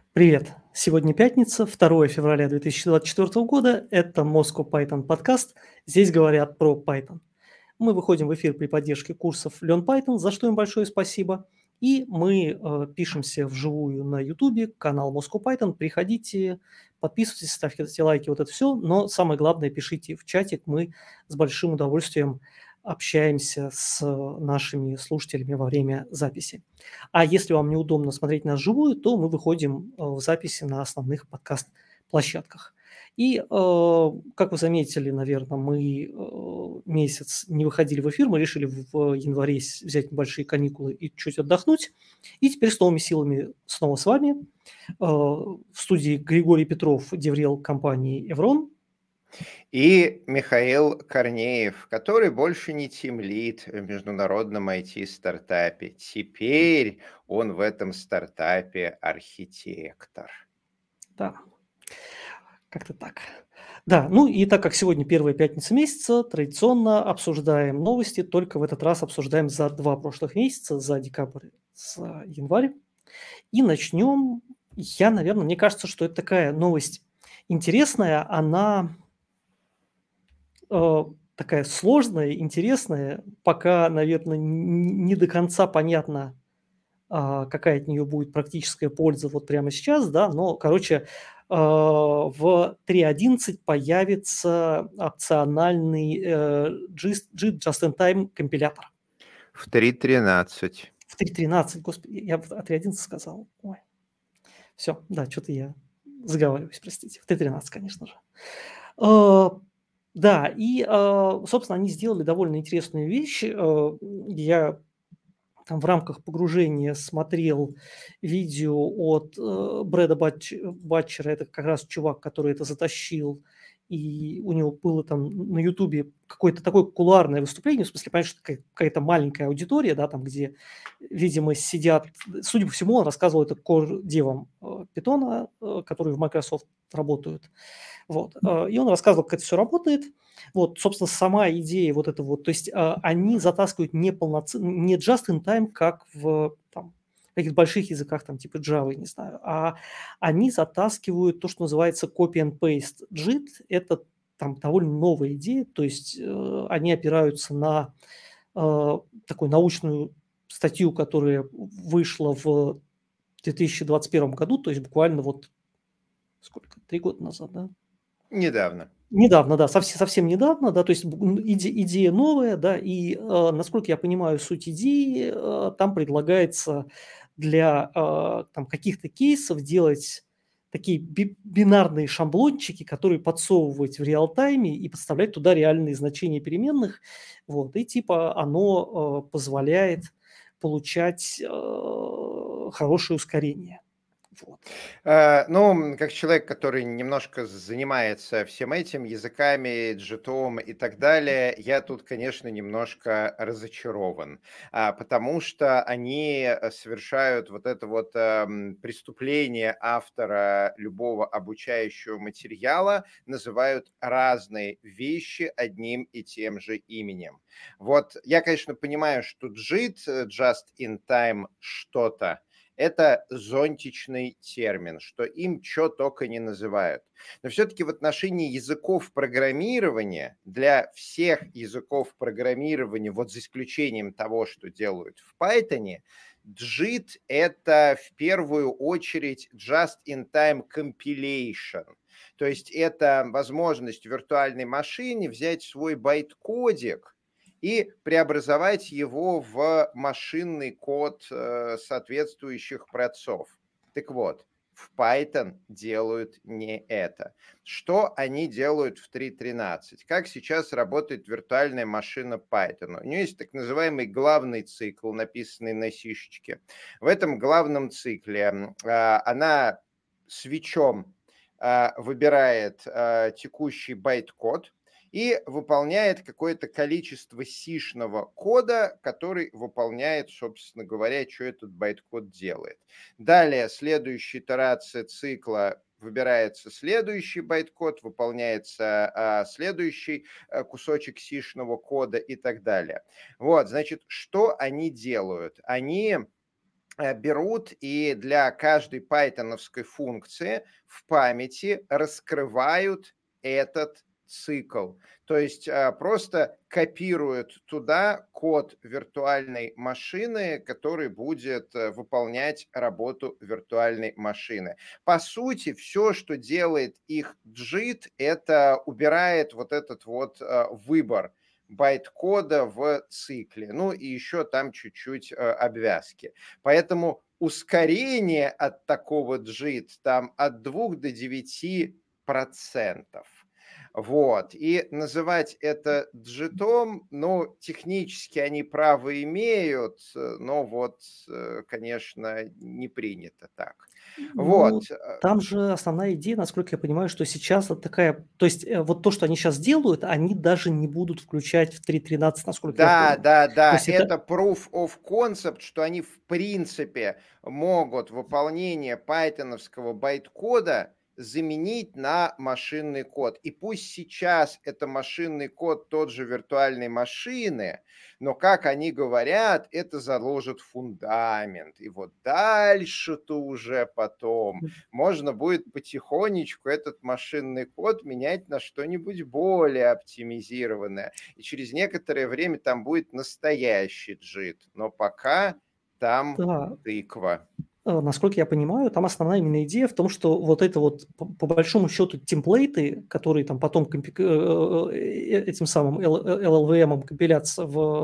Привет! Сегодня пятница, 2 февраля 2024 года. Это Moscow Python подкаст. Здесь говорят про Python. Мы выходим в эфир при поддержке курсов Learn Python, за что им большое спасибо. И мы пишемся вживую на YouTube, канал Moscow Python. Приходите, подписывайтесь, ставьте лайки, вот это все. Но самое главное, пишите в чатик. Мы с большим удовольствием общаемся с нашими слушателями во время записи. А если вам неудобно смотреть нас вживую, то мы выходим в записи на основных подкаст-площадках. И, как вы заметили, наверное, мы месяц не выходили в эфир, мы решили в январе взять небольшие каникулы и чуть отдохнуть. И теперь с новыми силами снова с вами. В студии Григорий Петров, деврел компании «Эврон». И Михаил Корнеев, который больше не тимлид в международном IT-стартапе. Теперь он в этом стартапе архитектор. Да, как-то так. Да, ну и так как сегодня первая пятница месяца, традиционно обсуждаем новости, только в этот раз обсуждаем за 2 прошлых месяца, за декабрь, за январь. И начнем, наверное, мне кажется, что это такая новость интересная, она такая сложная, интересная, пока, наверное, не до конца понятно, какая от нее будет практическая польза вот прямо сейчас, да, но, короче, в 3.11 появится опциональный JIT Just-in-Time компилятор. В 3.13. В 3.13, господи, я в 3.11 сказал. Ой, все, да, что-то я заговариваюсь, простите. В 3.13, конечно же. Да, и, собственно, они сделали довольно интересную вещь. Я там в рамках погружения смотрел видео от, Брэда Батчера. Это как раз чувак, который это затащил. И у него было там на "Ютубе" какое-то такое кулуарное выступление. В смысле, понятно, что какая-то маленькая аудитория, да, там, где, видимо, сидят. Судя по всему, он рассказывал это кор-девам, "Питона", которые в Microsoft работают. Вот, и он рассказывал, как это все работает. Вот, собственно, сама идея вот эта вот, то есть, они затаскивают не just in time, как в там каких-то больших языках, там типа Java, не знаю, а они затаскивают то, что называется copy and paste JIT. Это там довольно новая идея, то есть, они опираются на, такую научную статью, которая вышла в 2021 году, то есть буквально вот сколько, 3 года назад, да? Недавно. Недавно, да, совсем недавно, да, то есть идея новая, да, и, насколько я понимаю суть идеи, там предлагается для, там каких-то кейсов делать такие бинарные шаблончики, которые подсовывать в реал-тайме и подставлять туда реальные значения переменных. Вот, и типа оно, позволяет получать, хорошее ускорение. Вот. Ну, как человек, который немножко занимается всем этим, языками, джитом и так далее, я тут, конечно, немножко разочарован, потому что они совершают вот это вот преступление автора любого обучающего материала, называют разные вещи одним и тем же именем. Вот я, конечно, понимаю, что JIT, Just in Time что-то, это зонтичный термин, что им что только не называют. Но все-таки в отношении языков программирования, для всех языков программирования, вот за исключением того, что делают в Python, JIT – это в первую очередь just-in-time compilation. То есть это возможность в виртуальной машине взять свой байт-кодик и преобразовать его в машинный код соответствующих процессов. Так вот, в Python делают не это. Что они делают в 3.13? Как сейчас работает виртуальная машина Python? У нее есть так называемый главный цикл, написанный на сишечке. В этом главном цикле она свечом выбирает текущий байт-код, и выполняет какое-то количество сишного кода, который выполняет, собственно говоря, что этот байт-код делает. Далее, следующая итерация цикла, выбирается следующий байт-код, выполняется следующий кусочек сишного кода и так далее. Вот, значит, что они делают? Они берут и для каждой пайтоновской функции в памяти раскрывают этот цикл. То есть просто копируют туда код виртуальной машины, который будет выполнять работу виртуальной машины. По сути, все, что делает их JIT, это убирает вот этот вот выбор байт-кода в цикле. Ну и еще там чуть-чуть обвязки. Поэтому ускорение от такого JIT там от 2 до 9%. Вот. И называть это джитом, ну, технически они право имеют, но вот, конечно, не принято так. Ну, Вот. там же основная идея, насколько я понимаю, что сейчас вот такая, то есть вот то, что они сейчас делают, они даже не будут включать в 3.13, насколько я Да, понял. да, То да, есть это, это proof of concept, что они в принципе могут выполнение пайтоновского байт-кода заменить на машинный код. И пусть сейчас это машинный код тот же виртуальной машины, но, как они говорят, это заложит фундамент. И вот дальше-то уже потом можно будет потихонечку этот машинный код менять на что-нибудь более оптимизированное. И через некоторое время там будет настоящий джит. Но пока там да, тыква. насколько я понимаю, там основная именно идея в том, что вот это вот по большому счету темплейты, которые там потом этим самым LLVM компилятся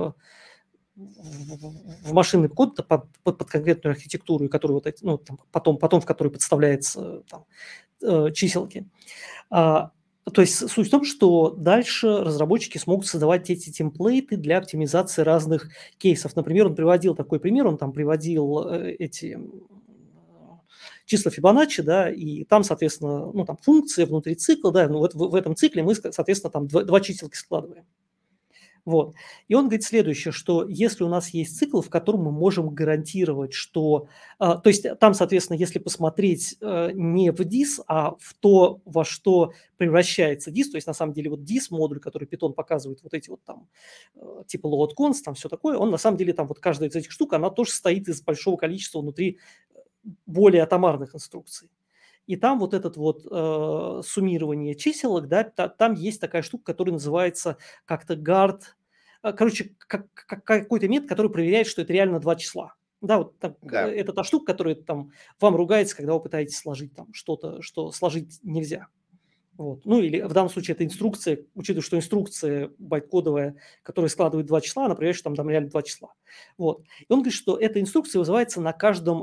в машинный код под конкретную архитектуру, и который вот эти, ну, там, потом в который подставляется там, чиселки. А, То есть суть в том, что дальше разработчики смогут создавать эти темплейты для оптимизации разных кейсов. Например, он приводил такой пример, он там приводил эти числа Фибоначчи, да, и там, соответственно, ну, там функция внутри цикла, да, ну, вот в этом цикле мы, соответственно, там два чиселки складываем. Вот. И он говорит следующее, что если у нас есть цикл, в котором мы можем гарантировать, что… то есть там, соответственно, если посмотреть не в DIS, а в то, во что превращается DIS, то есть на самом деле вот DIS модуль, который Python показывает, вот эти вот там типа load const, там все такое, он на самом деле там вот каждая из этих штук, она тоже состоит из большого количества внутри более атомарных инструкций. И там вот этот вот суммирование чиселок, да, там есть такая штука, которая называется как-то guard. Короче, какой-то метод, который проверяет, что это реально два числа. Да, вот Да. это та штука, которая там вам ругается, когда вы пытаетесь сложить там что-то, что сложить нельзя. Вот. Ну или в данном случае это инструкция, учитывая, что инструкция байткодовая, которая складывает два числа, она проверяет, что там реально два числа. Вот. И он говорит, что эта инструкция вызывается на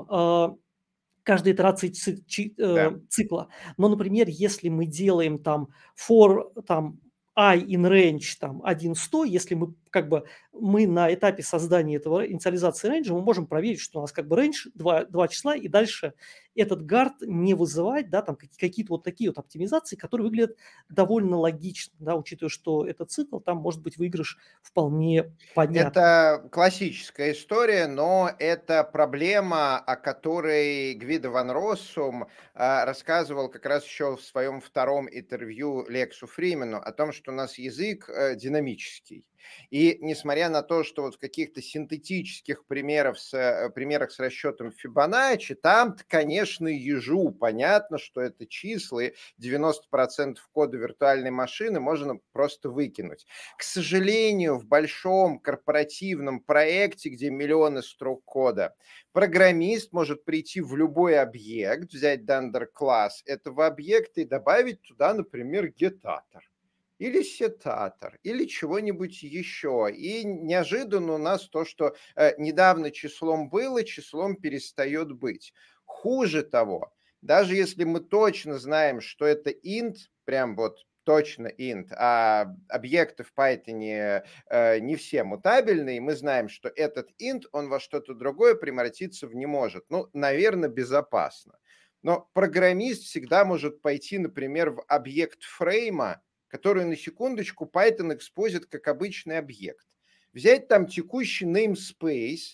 каждой итерации Да. цикла. Но, например, если мы делаем там for там I in range там 1-100, если мы как бы мы на этапе создания этого инициализации рейнджа, мы можем проверить, что у нас как бы range два числа, и дальше этот guard не вызывать, да, там какие-то вот такие вот оптимизации, которые выглядят довольно логично, да, учитывая, что это цикл, там может быть выигрыш вполне понятный. Это классическая история, но это проблема, о которой Гвидо ван Россум рассказывал как раз еще в своем втором интервью Лексу Фримену, о том, что у нас язык динамический. И несмотря на то, что вот в каких-то синтетических примерах с расчетом Фибоначчи, там, конечно, ежу понятно, что это числа, и 90% кода виртуальной машины можно просто выкинуть. К сожалению, в большом корпоративном проекте, где миллионы строк кода, программист может прийти в любой объект, взять Dunder класс этого объекта и добавить туда, например, гетатор или сетатор, или чего-нибудь еще. И неожиданно у нас то, что недавно числом было, числом перестает быть. Хуже того, даже если мы точно знаем, что это int, прям вот точно int, а объекты в Python не все мутабельные, мы знаем, что этот int, он во что-то другое превратиться не может. Ну, наверное, безопасно. Но программист всегда может пойти, например, в объект фрейма, который на секундочку Python экспозит как обычный объект. Взять там текущий namespace,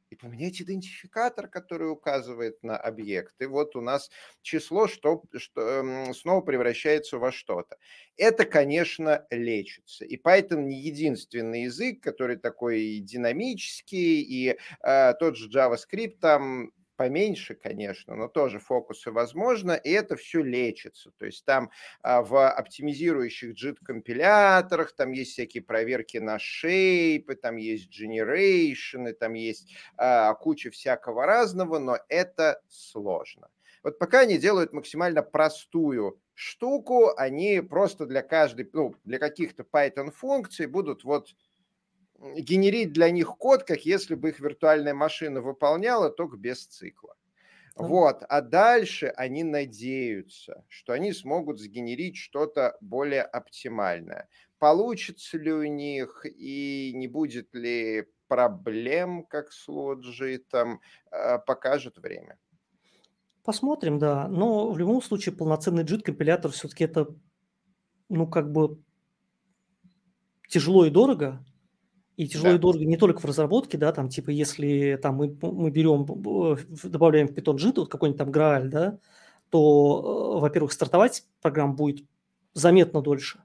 и поменять идентификатор, который указывает на объект. И вот у нас число снова превращается во что-то. Это, конечно, лечится. И Python не единственный язык, который такой динамический, и тот же JavaScript там поменьше, конечно, но тоже фокусы возможно, и это все лечится. То есть там в оптимизирующих JIT-компиляторах там есть всякие проверки на шейпы, там есть generation, там есть куча всякого разного, но это сложно. Вот пока они делают максимально простую штуку, они просто для каждой, ну, для каких-то Python-функций будут вот генерить для них код, как если бы их виртуальная машина выполняла, только без цикла. Да. Вот, а дальше они надеются, что они смогут сгенерить что-то более оптимальное. Получится ли у них и не будет ли проблем, как с лоджитом, покажет время. Посмотрим, да. Но в любом случае полноценный JIT-компилятор все-таки это, ну, как бы тяжело и дорого. И тяжело и Да. дорого не только в разработке, да, там, типа, если там мы берем, добавляем в Python JIT, вот какой-нибудь там Graal, да, то, во-первых, стартовать программа будет заметно дольше.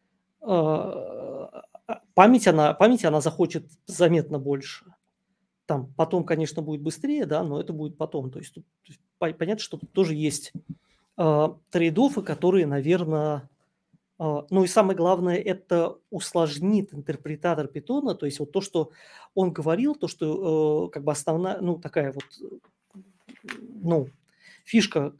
Памяти она захочет заметно больше. Там потом, конечно, будет быстрее, да, но это будет потом. То есть тут понятно, что тут тоже есть трейд-оффы, которые, наверное, ну и самое главное, это усложнит интерпретатор питона. То есть вот то, что он говорил, то, что как бы основная, ну такая вот, ну, фишка,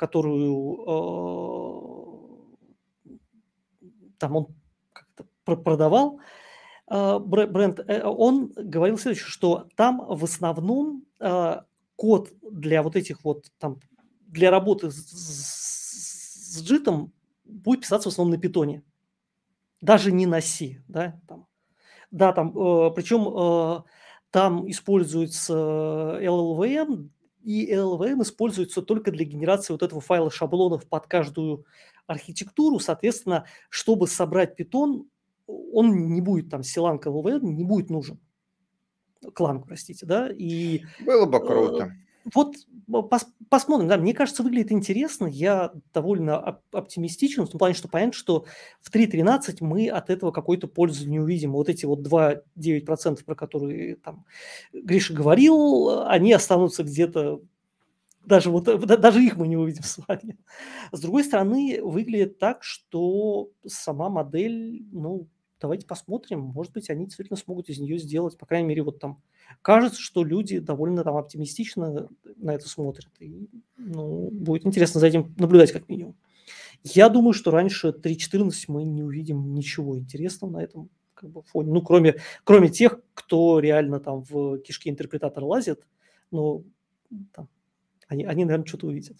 которую там он как-то продавал, бренд, он говорил следующее, что там в основном код для вот этих вот там, для работы с джитом будет писаться в основном на питоне, даже не на C, да, там. Да, там, причем там используется LLVM, и LLVM используется только для генерации вот этого файла шаблонов под каждую архитектуру. Соответственно, чтобы собрать питон, он не будет там, силанг LLVM не будет нужен. Клан, простите, да. И Было бы э, круто. вот посмотрим, да, мне кажется, выглядит интересно. Я довольно оптимистичен в том плане, что понятно, что в 3.13 мы от этого какой-то пользы не увидим. Вот эти вот 2,9%, про которые там Гриша говорил, они останутся где-то, даже вот даже их мы не увидим с вами. С другой стороны, выглядит так, что сама модель, ну, давайте посмотрим, может быть, они действительно смогут из нее сделать, по крайней мере, вот там кажется, что люди довольно там оптимистично на это смотрят. И, ну, будет интересно за этим наблюдать как минимум. Я думаю, что раньше 3.14 мы не увидим ничего интересного на этом как бы фоне. Ну, кроме тех, кто реально там в кишки интерпретатора лазит, ну, там, они, наверное, что-то увидят.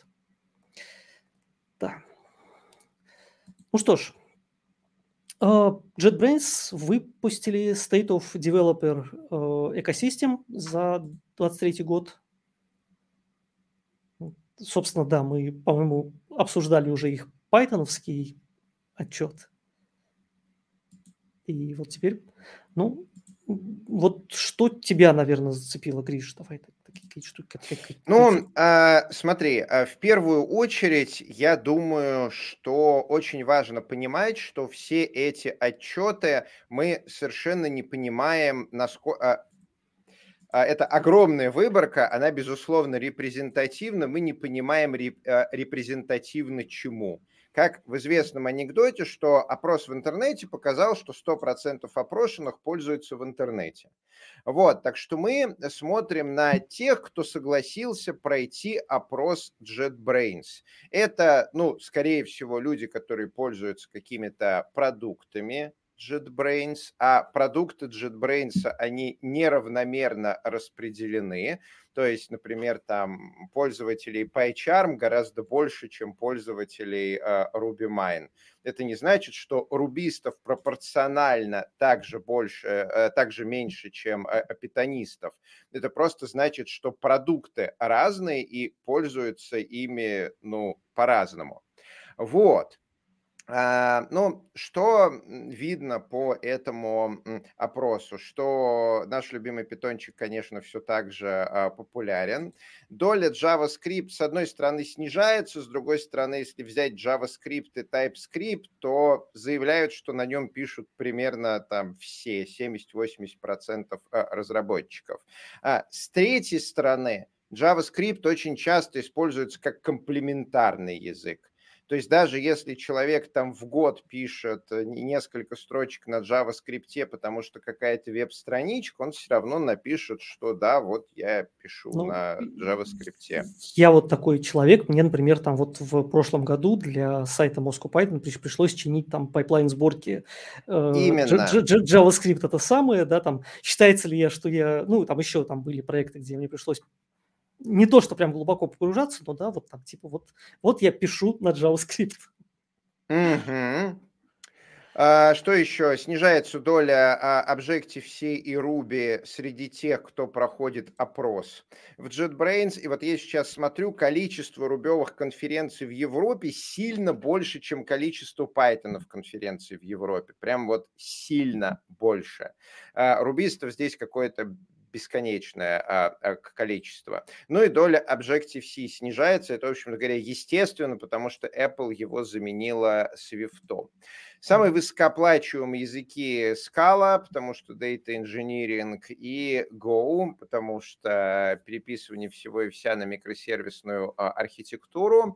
Да. Ну что ж, JetBrains выпустили State of Developer Ecosystem за 23 год. Собственно, да, мы, по-моему, обсуждали уже их пайтоновский отчет. И вот теперь, ну, вот что тебя, наверное, зацепило, Гриш? Давай такие штуки, какие-то. Ну, смотри, в первую очередь, я думаю, что очень важно понимать, что все эти отчеты мы совершенно не понимаем, насколько это огромная выборка, она, безусловно, репрезентативна, мы не понимаем репрезентативно чему. Как в известном анекдоте, что опрос в интернете показал, что 100% опрошенных пользуются в интернете. Вот, так что мы смотрим на тех, кто согласился пройти опрос JetBrains. Это, ну, скорее всего, люди, которые пользуются какими-то продуктами JetBrains, а продукты JetBrains, они неравномерно распределены. То есть, например, там пользователей PyCharm гораздо больше, чем пользователей RubyMine. Это не значит, что рубистов пропорционально также больше, также меньше, чем питонистов. Это просто значит, что продукты разные и пользуются ими, ну, по-разному. Вот. Ну, что видно по этому опросу? Что наш любимый питончик, конечно, все так же популярен. Доля JavaScript, с одной стороны, снижается, с другой стороны, если взять JavaScript и TypeScript, то заявляют, что на нем пишут примерно там все, 70-80% разработчиков. С третьей стороны, JavaScript очень часто используется как комплементарный язык. То есть даже если человек там в год пишет несколько строчек на JavaScript, потому что какая-то веб-страничка, он все равно напишет, что да, вот я пишу Ну, на JavaScript. я вот такой человек. Мне, например, там вот в прошлом году для сайта Moscow Python пришлось чинить там пайплайн сборки Именно. JavaScript это самое, да, там считается ли я, что я, ну, там еще там были проекты, где мне пришлось не то, что прям глубоко погружаться, но да, вот там типа вот я пишу на JavaScript. Мгм. Что еще? Снижается доля Objective-C и Ruby среди тех, кто проходит опрос в JetBrains. И вот я сейчас смотрю, количество рубевых конференций в Европе сильно больше, чем количество Python конференций в Европе. Прям вот сильно больше. Рубистов здесь какое-то бесконечное количество. Ну и доля Objective-C снижается. Это, в общем говоря, естественно, потому что Apple его заменила Swift. Самые высокооплачиваемые языки Scala, потому что Data Engineering, и Go, потому что переписывание всего и вся на микросервисную архитектуру.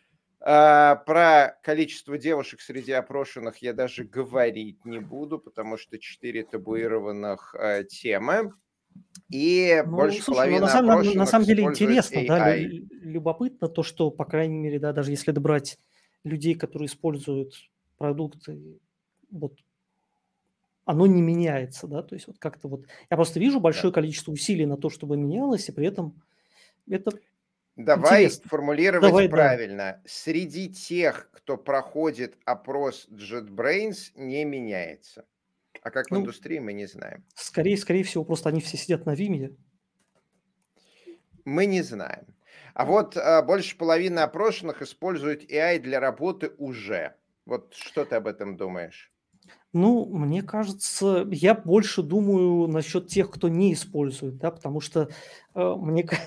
Про количество девушек среди опрошенных я даже говорить не буду, потому что 4 табуированных темы. И Ну, больше слушай, ну половины на опрошенных самом деле используют интересно, да, AI. любопытно то, что, по крайней мере, да, даже если добрать людей, которые используют продукты, вот оно не меняется, да, то есть вот как-то вот я просто вижу Да. большое количество усилий на то, чтобы менялось, и при этом это Давай интересно. формулировать Давай, да. правильно. Среди тех, кто проходит опрос JetBrains, не меняется. А как в Ну, индустрии, мы не знаем. скорее всего, просто они все сидят на Виме. Мы не знаем. А вот больше половины опрошенных используют AI для работы уже. Вот что ты об этом думаешь? Ну, мне кажется, я больше думаю насчет тех, кто не использует, да, потому что, мне ка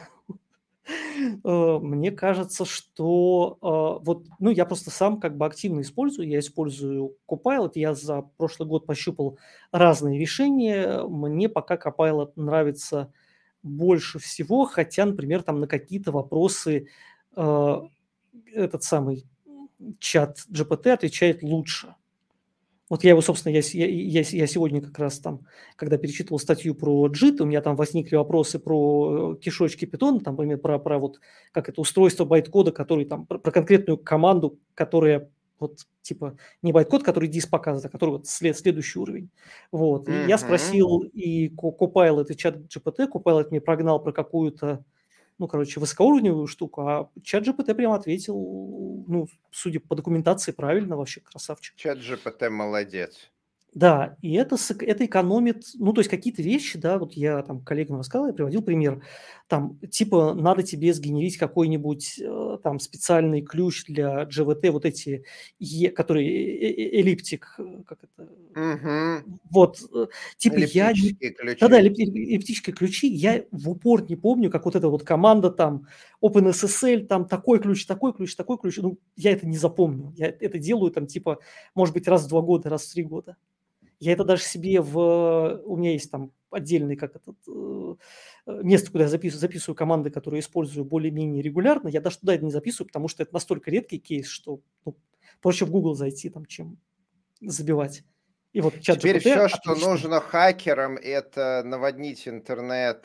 мне кажется, что, вот, ну, я просто сам как бы активно использую. Я использую Copilot. Я за прошлый год пощупал разные решения. Мне пока Copilot нравится больше всего, хотя, например, там на какие-то вопросы, э, этот самый, чат GPT отвечает лучше. Вот я его, собственно, я сегодня как раз там, когда перечитывал статью про JIT, у меня там возникли вопросы про кишочки питона, там, например, про вот как это устройство байткода, который там про конкретную команду, которая вот типа не байткод, который дис показывает, а который вот следующий уровень. Вот. И я Мгм. спросил и Copilot, и чат GPT. Copilot мне прогнал про какую-то, ну, короче, высокоуровневую штуку, а чат GPT прям ответил, ну, судя по документации, правильно, вообще красавчик. Чат GPT молодец. Да, и это экономит, ну, то есть какие-то вещи, да, вот я там коллегам рассказывал, я приводил пример, там, типа, надо тебе сгенерить какой-нибудь там специальный ключ для GWT, вот эти, которые эллиптик, как это, Мгм. вот, типа я не Эллиптические да-да, ключи. эллиптические ключи, я в упор не помню, как вот эта вот команда там OpenSSL, там такой ключ, такой ключ, такой ключ, ну, я это не запомню. Я это делаю там типа, может быть, раз в 2 года, раз в 3 года. Я это даже себе у меня есть там отдельный, как этот, место, куда я записываю команды, которые использую более-менее регулярно. Я даже туда это не записываю, потому что это настолько редкий кейс, что, ну, проще в Google зайти там, чем забивать. И вот Теперь ChatGPT все, что отлично. нужно хакерам, это наводнить интернет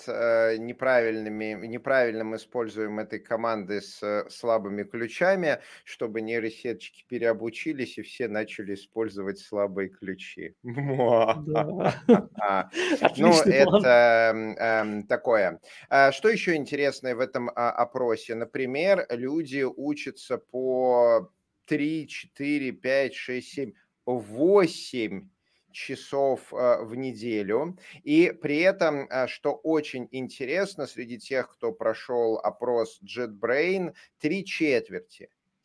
неправильным использованием этой команды с слабыми ключами, чтобы нейросеточки переобучились и все начали использовать слабые ключи. Да, Ну, отличный план. это такое. Что еще интересное в этом опросе? Например, люди учатся по 3, 4, 5, 6, 7, 8 часов в неделю. И при этом, что очень интересно, среди тех, кто прошел опрос JetBrain, 3/4,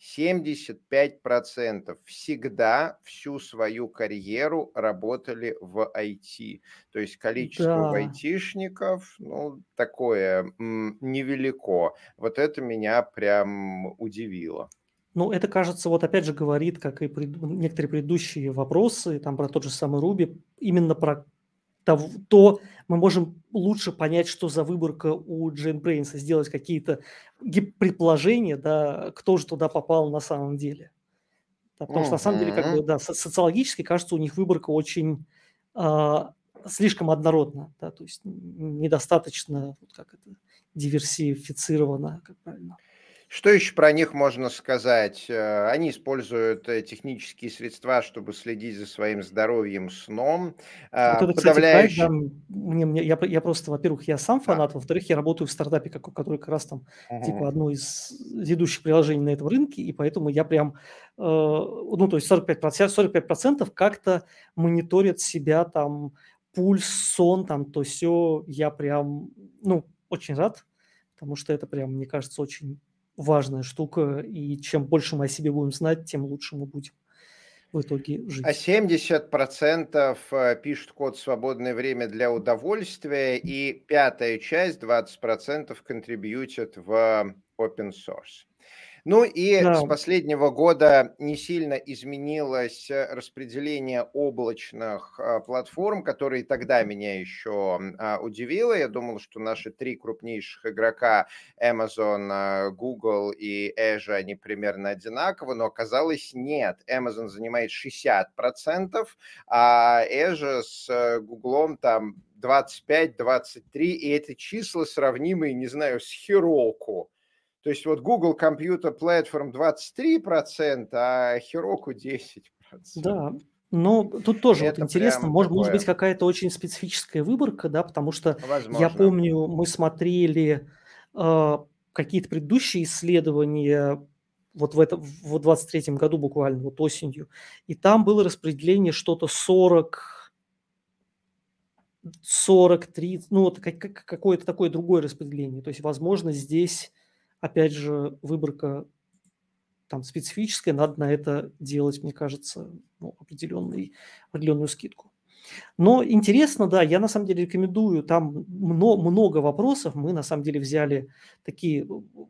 75% всегда всю свою карьеру работали в IT. То есть количество Да. айтишников, ну, такое невелико. Вот это меня прям удивило. Ну, это, кажется, вот опять же говорит, как и некоторые предыдущие вопросы, там про тот же самый Руби, именно про то мы можем лучше понять, что за выборка у JetBrains, и сделать какие-то предположения, да, кто же туда попал на самом деле. Да, потому что на самом деле, как бы, Мгм. да, социологически, кажется, у них выборка очень, а, слишком однородна, да, то есть недостаточно, вот как это, диверсифицирована, как правильно. Что еще про них можно сказать? Они используют технические средства, чтобы следить за своим здоровьем, сном. Вот это, кстати, хайп, да, Подавляющий... я просто, во-первых, я сам Да. фанат, во-вторых, я работаю в стартапе, который как раз там типа Мгм. одно из ведущих приложений на этом рынке, и поэтому я прям, ну, то есть 45% как-то мониторят себя там, пульс, сон, там, то все. Я прям, ну, очень рад, потому что это прям, мне кажется, очень важная штука, и чем больше мы о себе будем знать, тем лучше мы будем в итоге А жить. 70% пишут код в свободное время для удовольствия, и пятая часть, 20%, контрибьютят в open source. Ну и Да, с последнего года не сильно изменилось распределение облачных платформ, которые тогда меня еще удивило. Я думал, что наши три крупнейших игрока Amazon, Google и Azure, они примерно одинаковы, но оказалось нет. Amazon занимает 60%, а Azure с Google там 25-23, и это числа сравнимые, не знаю, с Heroku. То есть вот Google Computer Platform 23%, а Heroku 10%. да, но тут тоже вот Это интересно, прям может быть такое, какая-то очень специфическая выборка, да, потому что я возможно. помню, мы смотрели, какие-то предыдущие исследования вот в 23 году буквально, вот осенью, и там было распределение что-то 40-30, ну, вот какое-то такое другое распределение. То есть, возможно, здесь опять же выборка там специфическое, надо на это делать, мне кажется, ну, определенную скидку. Но интересно, да, я на самом деле рекомендую, там много вопросов. Мы на самом деле взяли такие,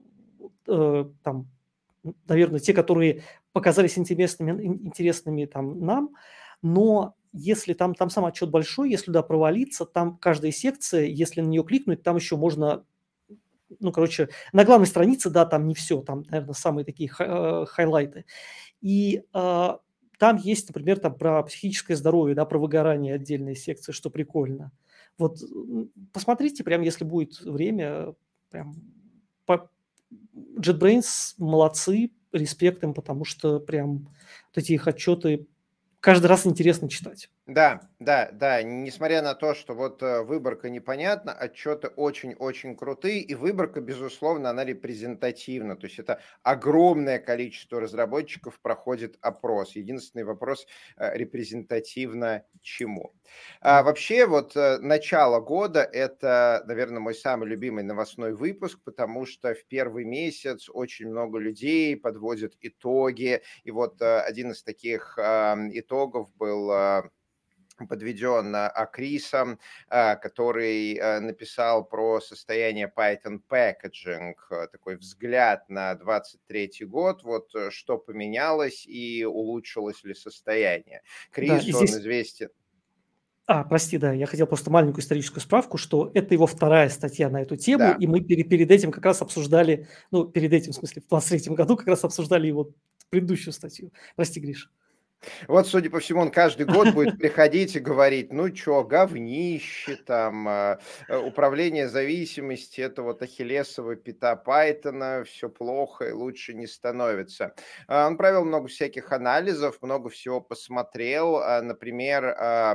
там, наверное, те, которые показались интересными там нам, но если там сам отчет большой, если туда провалиться, там каждая секция, если на нее кликнуть, там еще можно, ну, короче, на главной странице, да, там не все, там, наверное, самые такие хайлайты. И, там есть, например, там про психическое здоровье, да, про выгорание отдельная секция, что прикольно. Вот, посмотрите, прям если будет время, прям по JetBrains молодцы, респект им, потому что прям вот эти их отчеты каждый раз интересно читать. Да, да, да. Несмотря на то, что вот выборка непонятна, отчеты очень-очень крутые, и выборка, безусловно, она репрезентативна. То есть это огромное количество разработчиков проходит опрос. Единственный вопрос, репрезентативно чему. Да. Вообще, вот начало года — это, наверное, мой самый любимый новостной выпуск, потому что в первый месяц очень много людей подводят итоги. И вот один из таких итогов был подведен Крисом, который написал про состояние Python Packaging, такой взгляд на 23 год, вот что поменялось и улучшилось ли состояние. Да, и Крис, он здесь известен, прости, да, я хотел просто маленькую историческую справку, что это его вторая статья на эту тему, да. и мы перед этим как раз обсуждали, ну, перед этим, в смысле, в 23 году как раз обсуждали его предыдущую статью. Прости, Гриш. Вот, судя по всему, он каждый год будет приходить и говорить, ну чё, говнище, там, управление зависимостью, это вот ахиллесова пята Пайтона, все плохо и лучше не становится. Он провел много всяких анализов, много всего посмотрел, например,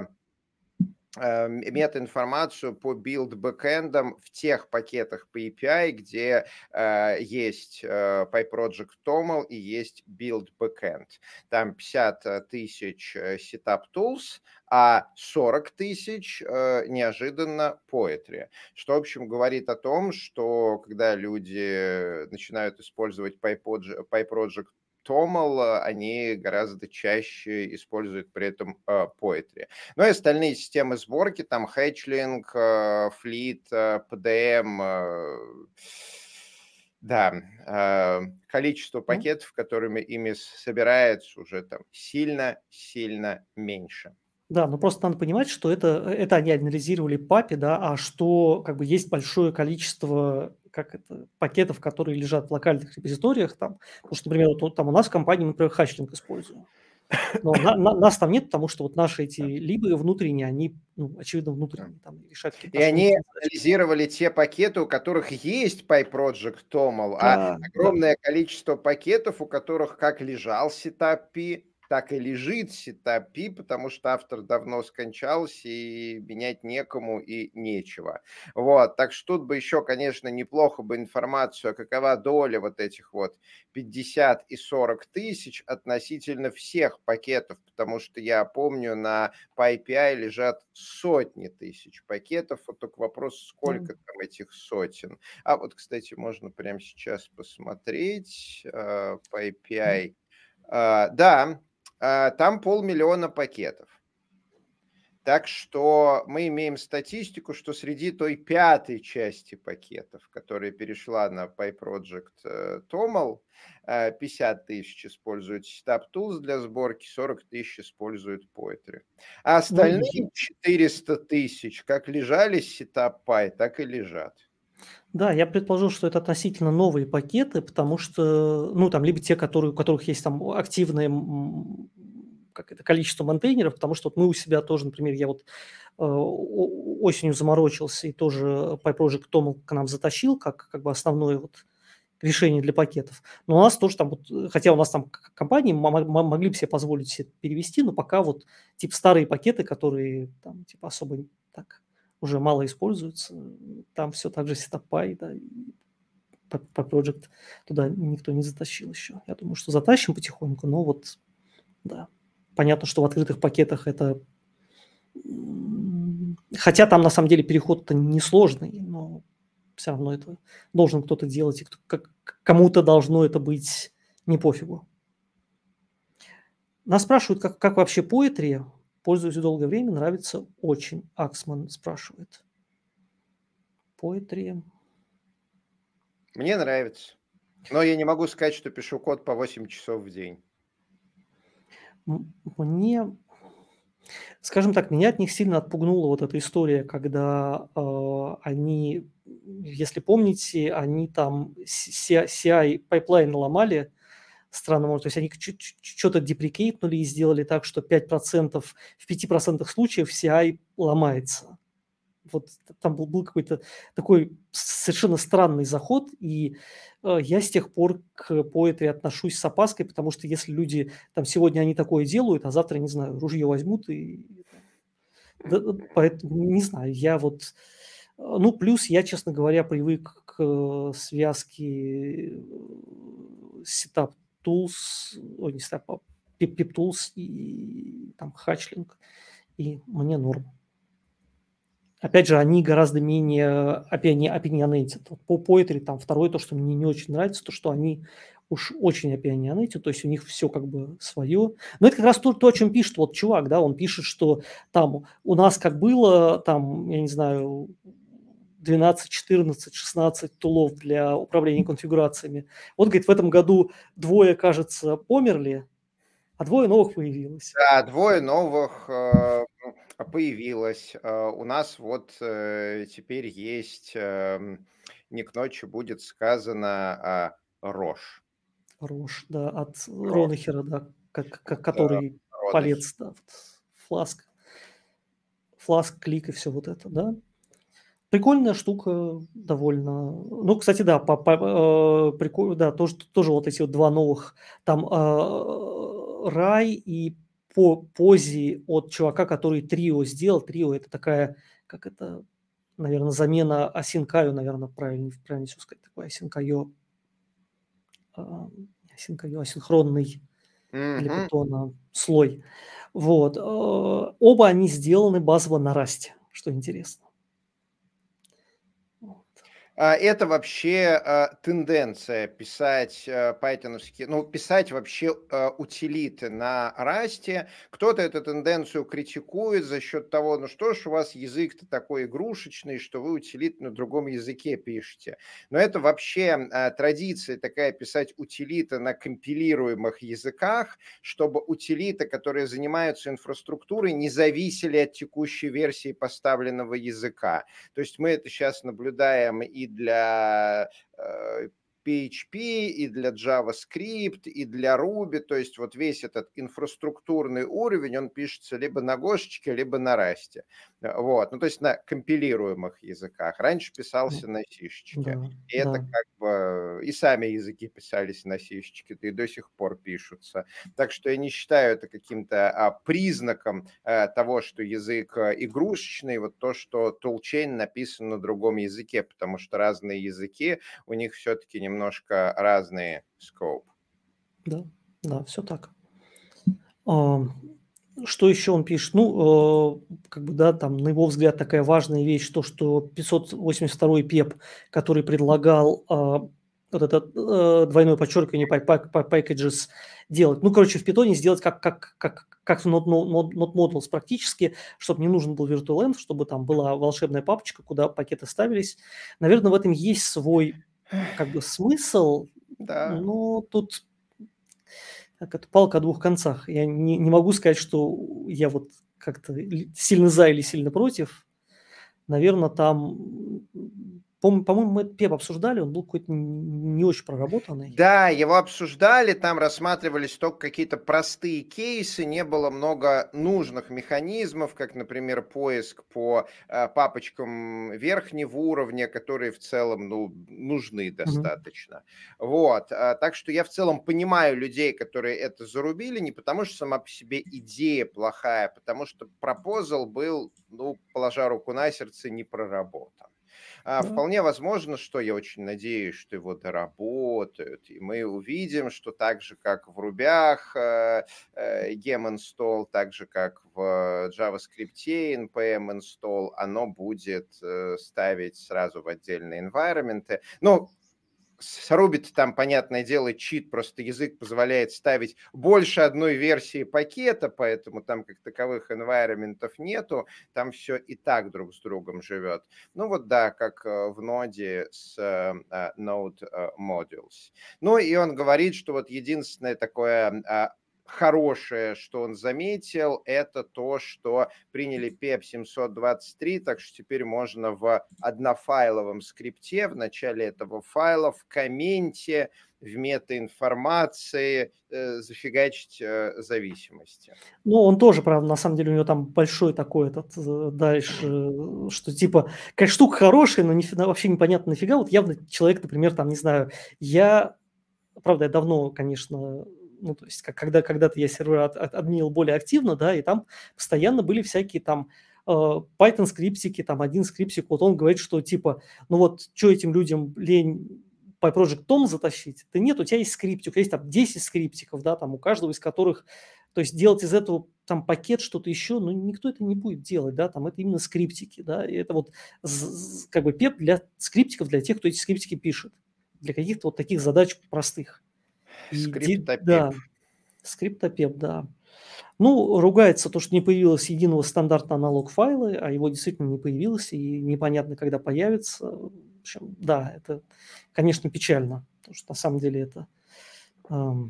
метаинформацию по билд-бэкэндам в тех пакетах по API, где есть PyProject TOML и есть build backend. Там 50 тысяч setup tools, а 40 тысяч неожиданно Poetry. Что, в общем, говорит о том, что когда люди начинают использовать PyProject TOML, они гораздо чаще используют при этом Poetry. Ну и остальные системы сборки, там Hatchling, Fleet, PDM, да, количество Ну, пакетов, которыми ими собирается, уже там сильно-сильно меньше. да, но просто надо понимать, что это они анализировали папи, да, а что как бы есть большое количество как это, пакетов, которые лежат в локальных репозиториях там. Потому что, например, вот там у нас в компании мы, например, Hatchling используем. Но нас там нет, потому что вот наши эти либо внутренние, они, ну, очевидно, Да. внутренние, там решают какие-то И наши они внутренние задачи. анализировали те пакеты, у которых есть PyProject TOML, а Да, да. огромное количество пакетов, у которых как лежал сетап P, так и лежит сетап P, потому что автор давно скончался, и менять некому и нечего. Вот, так что тут бы еще, конечно, неплохо бы информацию, а какова доля вот этих вот 50 и 40 тысяч относительно всех пакетов, потому что я помню, на PyPI лежат сотни тысяч пакетов. Вот только вопрос, Да. сколько там этих сотен. А вот, кстати, можно прямо сейчас посмотреть. PyPI. Да, там 500 000 пакетов. Так что мы имеем статистику, что среди той пятой части пакетов, которая перешла на PyProject TOML, 50 тысяч используют SetupTools для сборки, 40 тысяч используют Poetry. А Ну, остальные 400 тысяч как лежали с SetupPy, так и лежат. да, я предположил, что это относительно новые пакеты, потому что, ну, там либо те, у которых есть там активное как это, количество монтейнеров, потому что вот мы у себя тоже, например, я вот осенью заморочился и тоже PyProject Toml к нам затащил как бы основное вот решение для пакетов. Но у нас тоже там, вот, хотя у нас там компании могли бы себе позволить себе перевести, но пока вот типа старые пакеты, которые там типа особо так уже мало используются, там все так же сетапай, да, и по Project туда никто не затащил еще. Я думаю, что затащим потихоньку, но вот, да. Понятно, что в открытых пакетах это хотя там на самом деле переход-то несложный, но все равно это должен кто-то делать, и кому-то должно это быть не пофигу. Нас спрашивают, как вообще Poetry, пользуюсь долгое время, нравится очень. Аксман спрашивает. Poetry. Мне нравится. Но я не могу сказать, что пишу код по 8 часов в день. Мне, скажем так, меня от них сильно отпугнула вот эта история, когда они, если помните, они там CI пайплайн ломали странным образом. То есть они что-то деприкейтнули и сделали так, что 5%, в 5% случаев CI ломается. Вот там был какой-то такой совершенно странный заход, и я с тех пор к Poetry отношусь с опаской, потому что если люди там сегодня они такое делают, а завтра, не знаю, ружье возьмут и поэтому не знаю, я вот, ну, плюс я, честно говоря, привык к связке Setup Tools, ой, не Setup, а PipTools и там Hatchling, и мне норм. Опять же, они гораздо менее opinionated. Вот по Poetry там второе, то, что мне не очень нравится, то, что они уж очень opinionated, то есть у них все как бы свое. Но это как раз то, о чем пишет вот чувак, да, он пишет, что там у нас как было, там, я не знаю, 12, 14, 16 тулов для управления конфигурациями. Вот, говорит, в этом году двое, кажется, померли, а двое новых появилось. Да, двое новых появилось. У нас вот теперь есть, не к ночи будет сказано, Рош. Хорош, да, от Рош, Ронахера, да, да, который Родахи. полез, да, вот Flask, клик и все вот это, да. Прикольная штука довольно. Ну, кстати, да, да, тоже вот эти вот 2 новых, там, Рай и Пози от чувака, который Трио сделал. Трио — это такая, как это, наверно, замена Async.io, наверно, правильно всё сказать, такой Async.io, не Async.io, асинхронный для Мгм. питона слой. Вот, оба они сделаны базово на расте, что интересно. Вот. Это вообще тенденция писать пайтоновские, ну, писать вообще утилиты на Расте. Кто-то эту тенденцию критикует за счет того, ну что ж, у вас язык-то такой игрушечный, что вы утилит на другом языке пишете. Но это вообще традиция такая писать утилиты на компилируемых языках, чтобы утилиты, которые занимаются инфраструктурой, не зависели от текущей версии поставленного языка. То есть мы это сейчас наблюдаем и для PHP, и для JavaScript, и для Ruby. То есть вот весь этот инфраструктурный уровень, он пишется либо на Гошечке, либо на Расте. Вот. Ну, то есть на компилируемых языках. Раньше Ну, писался на сишечке. да, И это да. как бы и сами языки писались на сишечке, и до сих пор пишутся. Так что я не считаю это каким-то признаком того, что язык игрушечный, вот то, что toolchain написан на другом языке, потому что разные языки, у них все-таки немножко разный scope. Да, да, все так. Что еще он пишет? Ну, как бы, да, там, на его взгляд, такая важная вещь, то, что 582 ПЕП, который предлагал вот это двойное подчеркивание packages делать. Ну, короче, в питоне сделать как в Node Models практически, чтобы не нужен был virtualenv, чтобы там была волшебная папочка, куда пакеты ставились. Наверное, в этом есть свой как бы смысл, Да. но тут как это палка о двух концах. Я не могу сказать, что я вот как-то сильно за или сильно против. Наверное, там, по-моему, мы этот ПЕП обсуждали, он был какой-то не очень проработанный. Да, его обсуждали, там рассматривались только какие-то простые кейсы, не было много нужных механизмов, как, например, поиск по папочкам верхнего уровня, которые в целом ну, нужны Мгм. достаточно. Вот, так что я в целом понимаю людей, которые это зарубили, не потому что сама по себе идея плохая, а потому что пропозал был, ну, положа руку на сердце, не проработан. Да. Вполне возможно, что я очень надеюсь, что его доработают, и мы увидим, что так же, как в рубях gem install, так же, как в JavaScript npm install, оно будет ставить сразу в отдельные environment. Ну, с Ruby там, понятное дело, чит, просто язык позволяет ставить больше одной версии пакета, поэтому там как таковых environment'ов нету, там все и так друг с другом живет. Ну вот да, как в ноде с Node Modules. Ну и он говорит, что вот единственное такое хорошее, что он заметил, это то, что приняли PEP 723, так что теперь можно в однофайловом скрипте в начале этого файла в комменте в метаинформации зафигачить зависимости. Ну, он тоже, правда, на самом деле у него там большой такой этот дальше, что типа, конечно, штука хорошая, но вообще непонятно нафига. Вот явно человек, например, там, не знаю, правда, я давно, конечно, ну, то есть когда-то я сервера админил более активно, да, и там постоянно были всякие там Python скриптики, там один скриптик, вот он говорит, что типа, ну вот, что этим людям лень PyProject Tom затащить? Да нет, у тебя есть скриптик, есть там 10 скриптиков, да, там у каждого из которых, то есть делать из этого там пакет, что-то еще, ну, никто это не будет делать, да, там это именно скриптики, да, и это вот как бы пеп для скриптиков, для тех, кто эти скриптики пишет, для каких-то вот таких задач простых. Скриптопеп. Да, скриптопеп, да. Ну, ругается то, что не появилось единого стандарта аналог файла, а его действительно не появилось, и непонятно, когда появится. В общем, да, это, конечно, печально, потому что на самом деле это ам,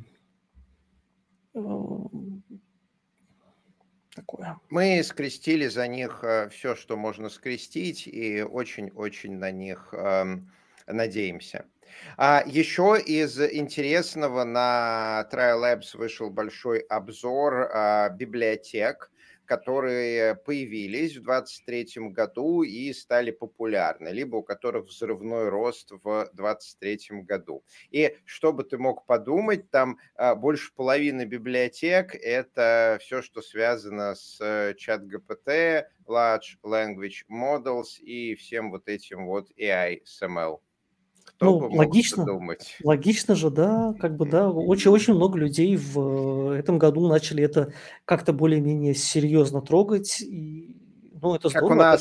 ам, такое. Мы скрестили за них все, что можно скрестить, и очень-очень на них надеемся. Еще из интересного на Trial Labs вышел большой обзор библиотек, которые появились в 2023 году и стали популярны, либо у которых взрывной рост в 2023 году. И чтобы ты мог подумать, там больше половины библиотек – это все, что связано с чат-ГПТ, Large Language Models и всем вот этим вот AI SML. Кто Ну, бы мог логично, подумать? логично же, да, как бы, да, очень-очень много людей в этом году начали это как-то более-менее серьезно трогать, и, ну, это Как у здорово, опять нас же.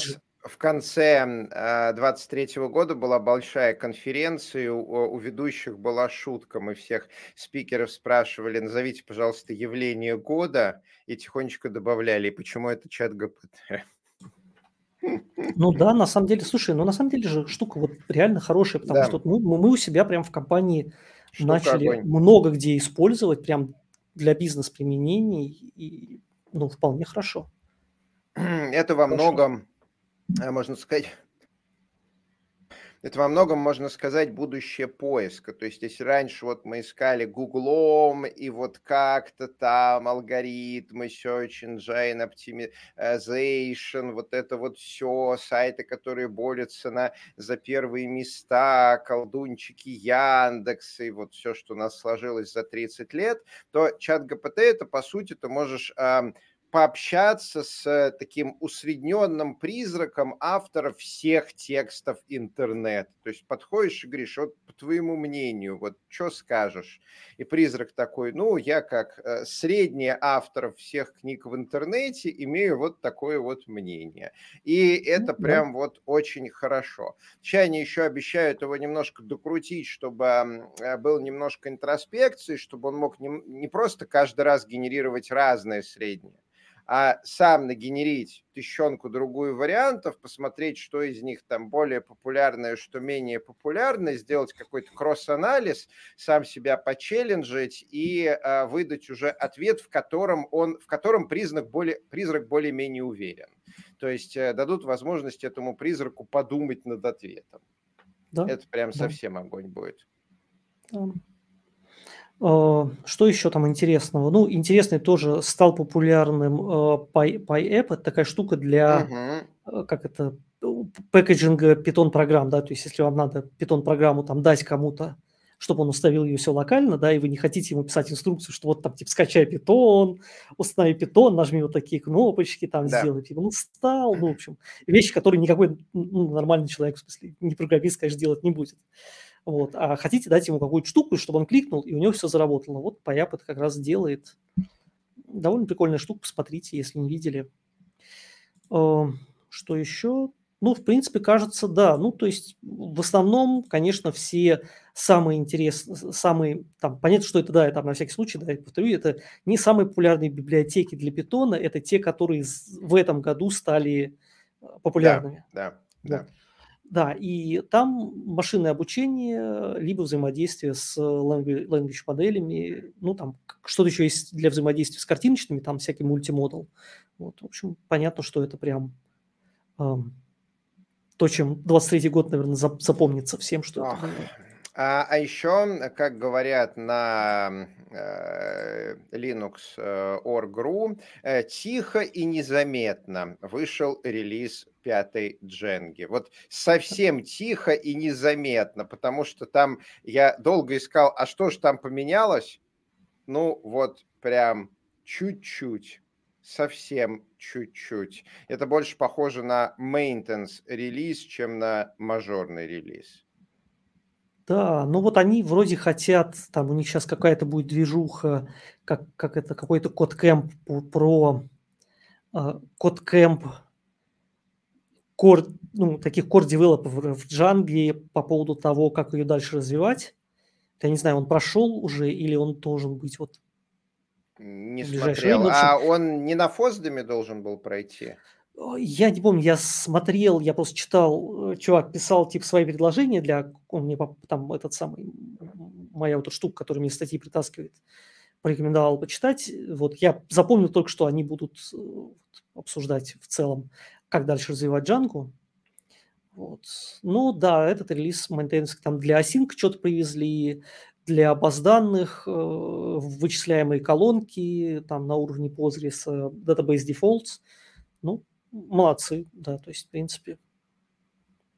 в конце 23 года была большая конференция, и у ведущих была шутка. Мы всех спикеров спрашивали: назовите, пожалуйста, явление года, и тихонечко добавляли: и почему это чат ГПТ? Ну да, на самом деле, слушай, ну на самом деле же штука вот реально хорошая, потому что Да, вот мы у себя прям в компании штука начали огонь. много где использовать прям для бизнес-применений, и, ну, вполне хорошо. Это во Хорошо. многом, можно сказать, это во многом, можно сказать, будущее поиска. То есть, если раньше вот мы искали "Гуглом", и вот как-то там алгоритмы, search engine optimization, вот это вот все сайты, которые борются за первые места, колдунчики Яндекса и вот все, что у нас сложилось за 30 лет, то чат ГПТ — это, по сути, ты можешь, пообщаться с таким усредненным призраком автора всех текстов интернета. То есть подходишь и говоришь: вот по твоему мнению, вот что скажешь? И призрак такой: ну, я как средний автор всех книг в интернете имею вот такое вот мнение. И Ну это да. прям вот очень хорошо. Сейчас они еще обещают его немножко докрутить, чтобы был немножко интроспекции, чтобы он мог не просто каждый раз генерировать разные средние, а сам нагенерить тысячонку другую вариантов, посмотреть, что из них там более популярное, что менее популярное, сделать какой-то кросс-анализ, сам себя почелленджить и выдать уже ответ, в котором призрак более-менее уверен. То есть дадут возможность этому призраку подумать над ответом. Да, Это прям да, совсем огонь будет. да. Что еще там интересного? Ну, интересный тоже стал популярным, PyApp. Это такая штука для, Мгм. как это, пэкэджинга Python-программ, да. То есть если вам надо Python-программу там дать кому-то, чтобы он установил ее все локально, да, и вы не хотите ему писать инструкцию, что вот там типа скачай Python, установи Python, нажми вот такие кнопочки, там Да. сделай типа, ну, стал, ну, в общем, вещи, которые никакой, ну, нормальный человек, в смысле, не программист, конечно, делать не будет. Вот, а хотите дать ему какую-то штуку, чтобы он кликнул, и у него все заработало. Вот PayApp это как раз делает. Довольно прикольная штука, посмотрите, если не видели. А, что еще? Ну, в принципе, кажется, да. Ну, то есть, в основном, конечно, все самые интересные, самые, там, понятно, что это, да, я там на всякий случай, да, я повторю, это не самые популярные библиотеки для питона, это те, которые в этом году стали Да, популярными. да, Вот. да. Да, и там машинное обучение, либо взаимодействие с language моделями, ну, там что-то еще есть для взаимодействия с картиночными, там всякий мультимодал. Вот, в общем, понятно, что это прям ам, то, чем 23-й год, наверное, запомнится всем, что это Ох. было. А еще, как говорят на Linux org.ru, тихо и незаметно вышел релиз пятой Дженги. Вот совсем тихо и незаметно, потому что там я долго искал, а что ж там поменялось? Ну, вот прям чуть-чуть, совсем чуть-чуть. Это больше похоже на maintenance релиз, чем на мажорный релиз. Да, ну вот они вроде хотят, там у них сейчас какая-то будет движуха, как это, какой-то код-кэмп код-кэмп ну, таких core-девелоперов в Django по поводу того, как ее дальше развивать. Я не знаю, он прошел уже или он должен быть вот Не в ближайшее время. смотрел. Ну, в общем, А он не на Фоздаме должен был пройти? я не помню, я смотрел, я просто читал, чувак писал типа свои предложения для, он мне там этот самый, моя вот эта штука, которая мне статьи притаскивает, порекомендовал почитать. Вот я запомнил только, что они будут обсуждать в целом, как дальше развивать Django. Вот. Ну да, этот релиз maintains там для async что-то привезли, для баз данных, вычисляемые колонки там на уровне Postgres, database defaults. Ну, молодцы, да, то есть, в принципе.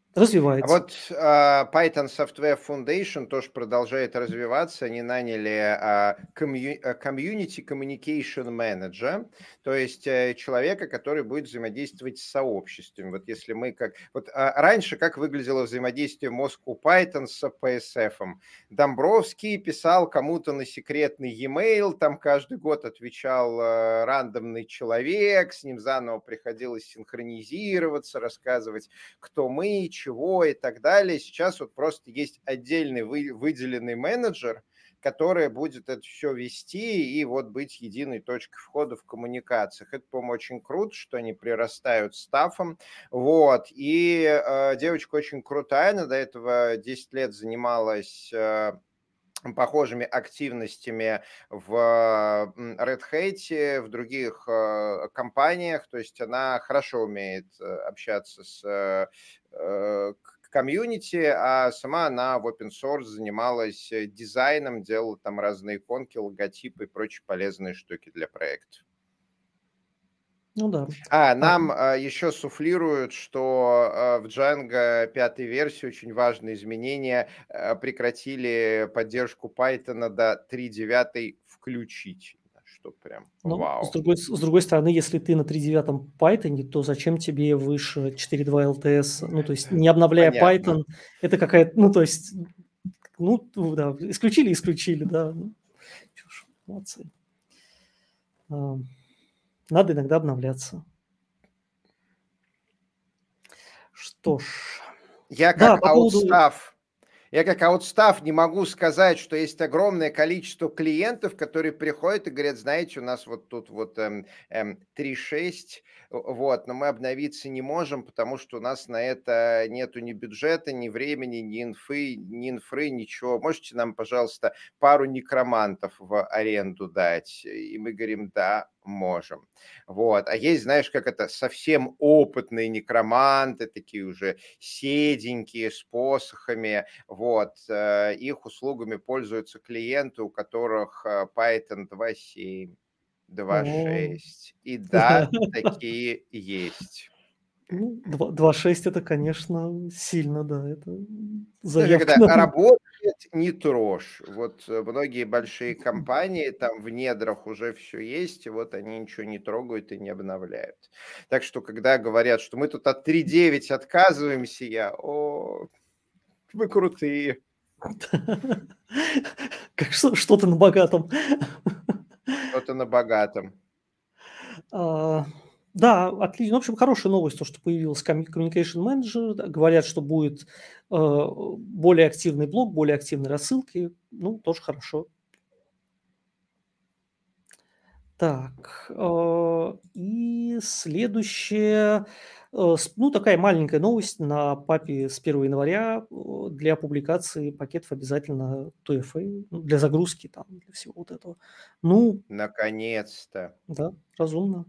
А Развивается. вот Python Software Foundation тоже продолжает развиваться. Они наняли Community Communication Manager, то есть человека, который будет взаимодействовать с сообществом. Вот если мы как... Вот раньше как выглядело взаимодействие Moscow Python с PSF? Домбровский писал кому-то на секретный e-mail, там каждый год отвечал рандомный человек, с ним заново приходилось синхронизироваться, рассказывать, кто мы, чего и так далее. Сейчас вот просто есть отдельный выделенный менеджер, который будет это все вести и вот быть единой точкой входа в коммуникациях. Это, по-моему, очень круто, что они прирастают стафом. Вот. И девочка очень крутая, она до этого 10 лет занималась похожими активностями в Red Hat, в других компаниях, то есть она хорошо умеет общаться с комьюнити, а сама она в open source занималась дизайном, делала там разные иконки, логотипы и прочие полезные штуки для проекта. Ну да. Нам еще суфлируют, что в Django 5 версии очень важное изменение. Прекратили поддержку Python до 3.9 включить. Что прям Ну, вау. с другой стороны, если ты на 3.9 Python, то зачем тебе выше 4.2 LTS? Ну, то есть, не обновляя Понятно. Python, это какая-то, ну, то есть, ну, да, исключили, да. Ну, чё ж, молодцы. Надо иногда обновляться. Что ж. Я Да, как по поводу... аутстаф не могу сказать, что есть огромное количество клиентов, которые приходят и говорят, знаете, у нас вот тут вот 3.6, вот, но мы обновиться не можем, потому что у нас на это нету ни бюджета, ни времени, ни инфры, ничего. Можете нам, пожалуйста, пару некромантов в аренду дать? И мы говорим, да, можем. Вот. А есть, знаешь, как это, совсем опытные некроманты, такие уже седенькие, с посохами, вот, их услугами пользуются клиенты, у которых Python 2.7, О, 2.6. И да, такие есть. ну, 2.6 это, конечно, сильно, да, это Ну, это заявка когда на... работает, не трожь. Вот многие большие компании, там в недрах уже все есть, и вот они ничего не трогают и не обновляют. Так что, когда говорят, что мы тут от 3.9 отказываемся, вы крутые. Как что-то на богатом. Что-то на богатом. А, да, отлично. В общем, хорошая новость, то, что появился Communication Manager. Да, говорят, что будет более активный блог, более активные рассылки. Ну, тоже хорошо. Так, и следующее, ну, такая маленькая новость на папе с 1 января. Для публикации пакетов обязательно TFA, ну, для загрузки там, для всего вот этого. Ну, Наконец-то. да, разумно.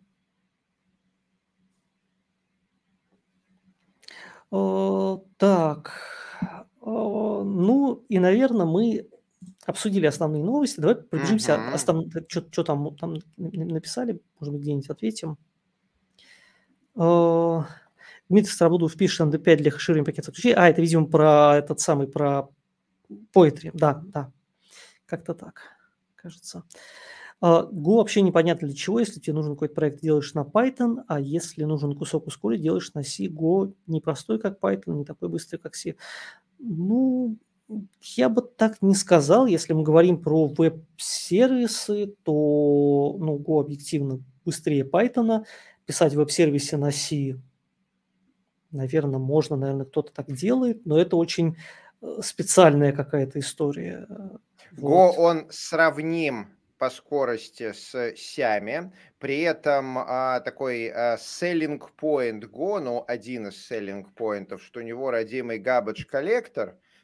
Так, ну и, наверное, мы обсудили основные новости. Давай пробежимся, Мгм. чё там написали, может быть, где-нибудь ответим. А, Дмитрий Старобудов пишет MD5 для хеширования пакетов ключей. Это, видимо, про этот самый, про Poetry. Да, да, как-то так, кажется. Go вообще непонятно для чего. Если тебе нужен какой-то проект, делаешь на Python, а если нужен кусок ускорить, делаешь на C. Go не простой, как Python, не такой быстрый, как C. Ну, я бы так не сказал. Если мы говорим про веб-сервисы, то, ну, Go объективно быстрее Python. Писать веб-сервисе на C, наверное, можно, наверное, кто-то так делает, но это очень специальная какая-то история. Go, Вот. он сравним по скорости с сями, при этом такой selling point Go, ну, один из selling поинтов, что у него родимый garbage collector,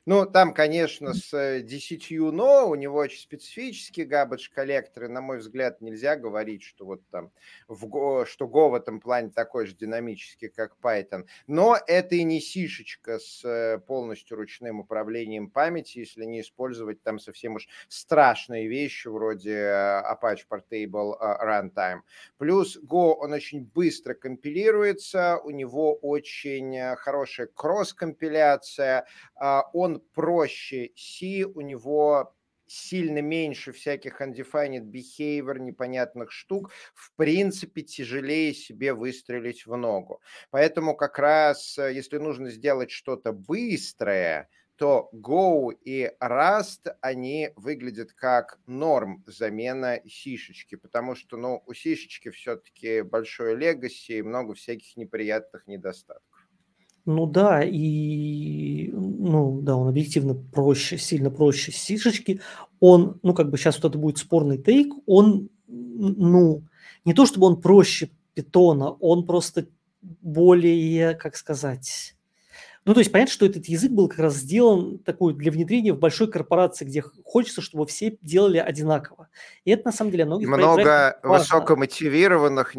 Ну, там, конечно, с 10 но у него очень специфические garbage коллекторы. На мой взгляд, нельзя говорить, что вот там что Go в этом плане такой же динамический, как Python. Но это и не сишечка с полностью ручным управлением памяти, если не использовать там совсем уж страшные вещи вроде Apache Portable Runtime. Плюс Go, он очень быстро компилируется, у него очень хорошая кросс-компиляция, он проще C, у него сильно меньше всяких undefined behavior, непонятных штук, в принципе, тяжелее себе выстрелить в ногу. Поэтому как раз, если нужно сделать что-то быстрое, то Go и Rust, они выглядят как норм замена сишечки, потому что, ну, у сишечки все-таки большое легаси и много всяких неприятных недостатков. Ну да, и, ну да, он объективно проще, сильно проще сишечки. Он, ну как бы сейчас вот это будет спорный тейк, он, ну, не то чтобы он проще питона, он просто более, как сказать, ну, то есть понятно, что этот язык был как раз сделан такой для внедрения в большой корпорации, где хочется, чтобы все делали одинаково. И это на самом деле о И многих проектах много важно. высокомотивированных,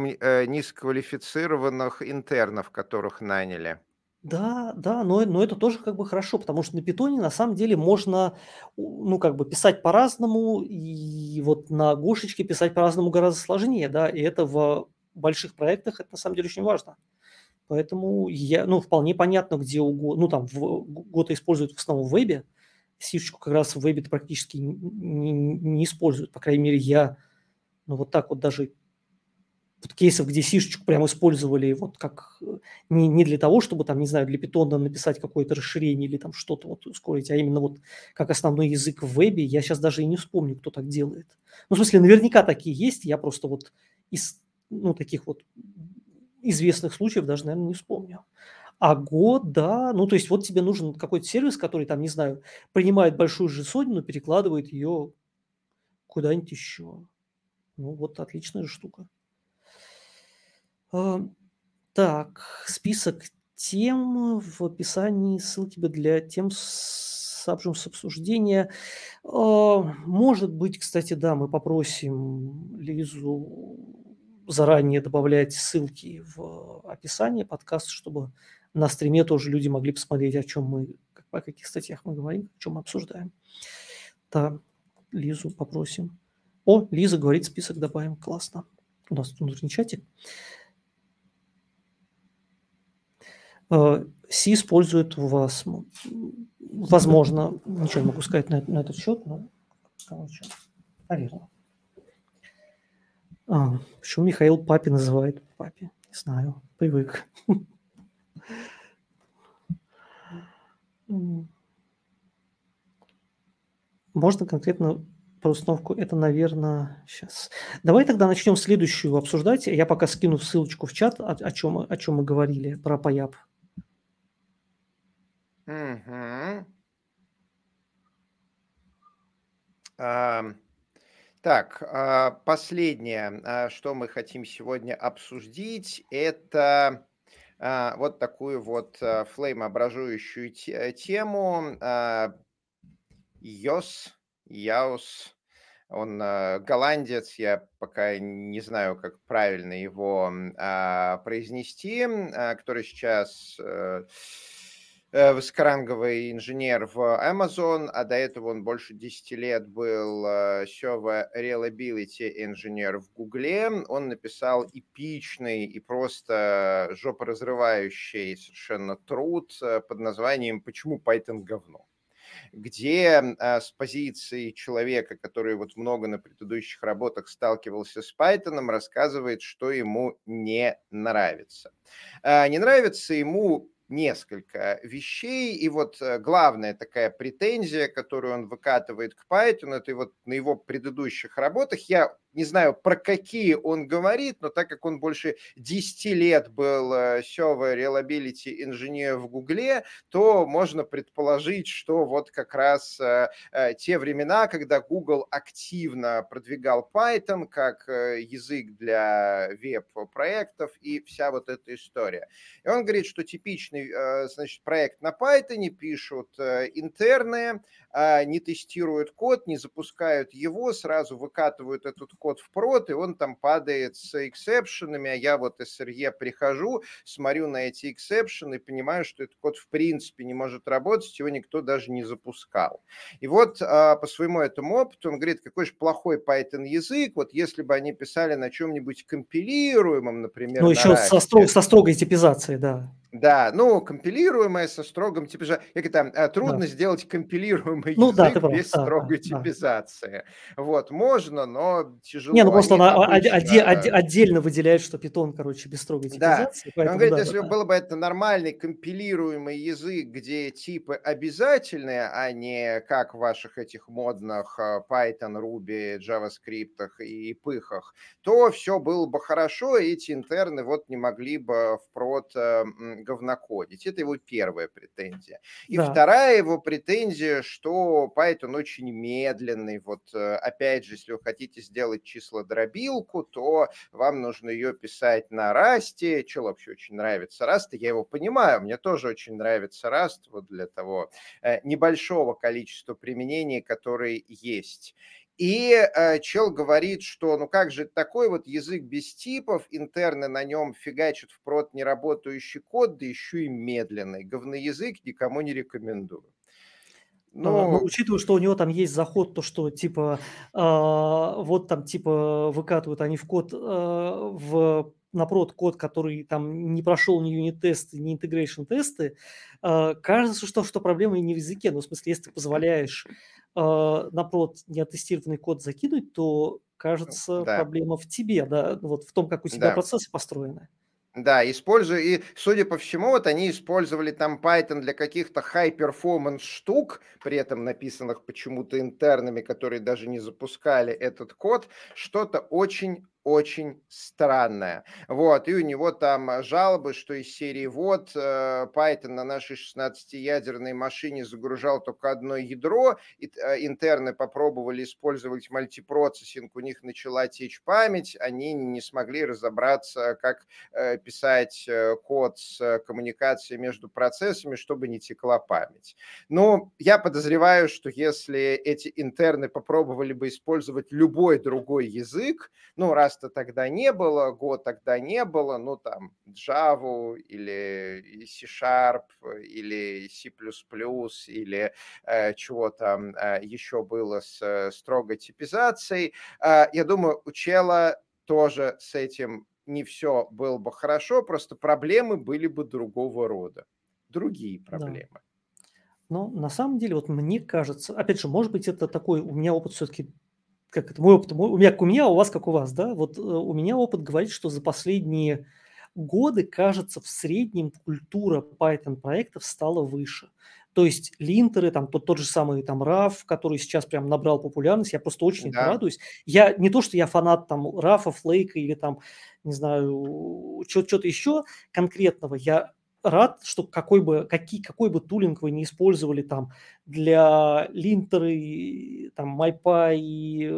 низкоквалифицированных интернов, которых наняли. Да, да, но это тоже как бы хорошо, потому что на питоне на самом деле можно, ну, как бы писать по-разному, и вот на гошечке писать по-разному гораздо сложнее, да, и это в больших проектах, это на самом деле очень важно. Поэтому ну, вполне понятно, где угодно, ну, там, Go-то используют в основном в вебе, сишечку как раз в вебе практически не используют, по крайней мере, я, ну, вот так вот даже вот кейсов, где сишечку прям использовали вот как не для того, чтобы там, не знаю, для питона написать какое-то расширение или там что-то вот ускорить, а именно вот как основной язык в вебе, я сейчас даже и не вспомню, кто так делает. Ну, в смысле, наверняка такие есть, я просто вот из, ну, таких вот известных случаев даже, наверное, не вспомню. А Go, да, ну, то есть вот тебе нужен какой-то сервис, который там, не знаю, принимает большую JSON, но перекладывает ее куда-нибудь еще. Ну, вот отличная же штука. А, Так, список тем в описании, ссылки бы для тем с обсуждения. Может быть, кстати, да, мы попросим Лизу заранее добавлять ссылки в описание подкаста, чтобы на стриме тоже люди могли посмотреть, о чем мы, о каких статьях мы говорим, о чем мы обсуждаем. Да, Лизу попросим. О, Лиза говорит, список добавим. Классно. У нас тут внутренний чатик. Си использует у вас, возможно, ничего не могу сказать на этот счет, но, короче, наверное. Почему Михаил папе называет папе? Не знаю, привык. Можно конкретно про установку, это, наверное, сейчас. Давай тогда начнем следующую обсуждать. Я пока скину ссылочку в чат, о чем мы говорили, про PyApp. Мгм. Так, последнее, что мы хотим сегодня обсудить, это вот такую вот флеймообразующую тему. Яус. Он голландец, я пока не знаю, как правильно его произнести, который сейчас высокоранговый инженер в Amazon, а до этого он больше 10 лет был server reliability инженер в Гугле. Он написал эпичный и просто жопоразрывающий совершенно труд под названием «Почему Python говно?», где с позиции человека, который вот много на предыдущих работах сталкивался с Python, рассказывает, что ему не нравится. Не нравится ему несколько вещей, и вот главная такая претензия, которую он выкатывает к Python, это и вот на его предыдущих работах, я не знаю, про какие он говорит, но так как он больше 10 лет был server reliability инженер в Гугле, то можно предположить, что вот как раз те времена, когда Google активно продвигал Python как язык для веб-проектов и вся вот эта история. И он говорит, что типичный обычный, значит, проект на Python, пишут интерны, не тестируют код, не запускают его, сразу выкатывают этот код в прод, и он там падает с эксепшенами, а я вот SRE прихожу, смотрю на эти эксепшены и понимаю, что этот код в принципе не может работать, его никто даже не запускал. И вот по своему этому опыту он говорит, какой же плохой Python язык, вот если бы они писали на чем-нибудь компилируемом, например, Ну, на еще Rust. со строгой типизацией, да. Да, ну, компилируемое со строгом типизацией. Как это, Да. трудно сделать компилируемый Ну да, ты язык прав. без Да, да, строгой да. типизации. Вот, можно, но Не, ну тяжело. просто Они она обычно... отдельно выделяет, что питон, короче, без строгой Да, типизации, и он поэтому говорит, да, да, если да. было бы это нормальный компилируемый язык, где типы обязательные, а не как в ваших этих модных Python, Ruby, JavaScript и пыхах, то все было бы хорошо, и эти интерны вот не могли бы впрод говнокодить. Это его первая претензия. И Да. вторая его претензия, что Python очень медленный. Вот опять же, если вы хотите сделать числодробилку, то вам нужно ее писать на Расте. Че вообще очень нравится Раст, я его понимаю, мне тоже очень нравится Раст вот для того небольшого количества применений, которые есть. И чел говорит, что ну как же это такой вот язык без типов, интерны на нем фигачат в прод неработающий код, да еще и медленный. Говноязык никому не рекомендую. Но Ну, учитывая, что у него там есть заход, то, что типа, вот там типа выкатывают они в код, на прод код, который там не прошел ни юнит-тесты, ни интегрейшн-тесты, кажется, что проблема и не в языке. Ну, в смысле, если ты позволяешь на прод неоттестированный код закинуть, то, кажется, да, проблема в тебе, да, вот в том, как у тебя да. процессы построены. Да, использую, и, судя по всему, вот они использовали там Python для каких-то high-performance штук, при этом написанных почему-то интернами, которые даже не запускали этот код, что-то очень странное. Вот, и у него там жалобы, что из серии вот Python на нашей 16-ядерной машине загружал только одно ядро, и интерны попробовали использовать мультипроцессинг, у них начала течь память, они не смогли разобраться, как писать код с коммуникацией между процессами, чтобы не текла память. Но я подозреваю, что если эти интерны попробовали бы использовать любой другой язык, ну, раз-то тогда не было, Go тогда не было, ну, там, Java или C-Sharp или C++, или чего там еще было с строгой типизацией, я думаю, у чела тоже с этим не все было бы хорошо, просто проблемы были бы другого рода. Другие Да. проблемы. Но на самом деле, вот мне кажется, опять же, может быть, это такой у меня опыт все-таки, как это, мой опыт, у меня, у вас, как у вас, да, вот у меня опыт говорит, что за последние годы, кажется, в среднем культура Python проектов стала выше. То есть линтеры, там тот же самый там RAF, который сейчас прям набрал популярность, я просто очень этому Да, радуюсь. Я не то, что я фанат там RAF, Флейка или там, не знаю, что-то еще конкретного, я рад, что какой бы тулинг вы не использовали там для линтеры, там MyPy,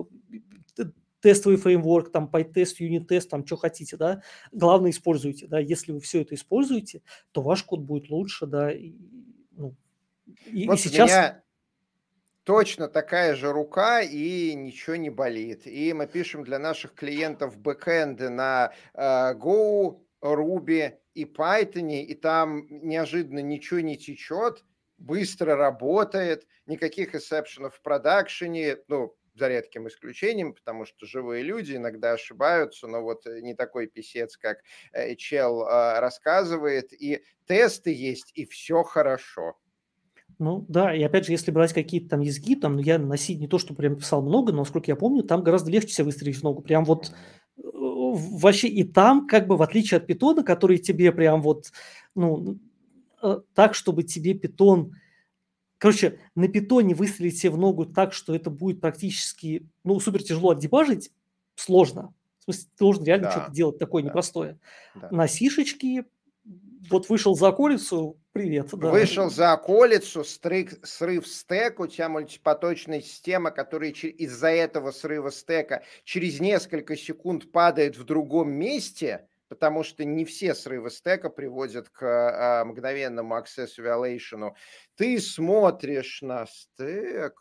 тестовый фреймворк, там PyTest, UniTest, там что хотите, да. Главное используйте, да. Если вы все это используете, то ваш код будет лучше, да. Ну, и вот у сейчас, меня точно такая же рука, и ничего не болит. И мы пишем для наших клиентов бэкэнды на Go, Ruby и Python, и там неожиданно ничего не течет, быстро работает, никаких эксепшенов в продакшене, ну, за редким исключением, потому что живые люди иногда ошибаются, но вот не такой писец, как чел рассказывает, и тесты есть, и все хорошо. ну да, и опять же, если брать какие-то там языки, там, ну, я на C не то, что прям писал много, но, насколько я помню, там гораздо легче себя выстроить в ногу. Прям вот вообще и там, как бы в отличие от питона, который тебе прям вот, ну, так, чтобы тебе питон. Короче, на питоне выстрелить себе в ногу так, что это будет практически, ну, супер тяжело отдебажить, сложно. В смысле, ты должен реально что-то Да, делать такое да, непростое. да. На сишечке вот вышел за околицу, привет, да. Вышел за околицу, срыв стека, у тебя мультипоточная система, которая из-за этого срыва стека через несколько секунд падает в другом месте, потому что не все срывы стека приводят к мгновенному access violation. Ты смотришь на стек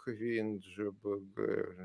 WinGBG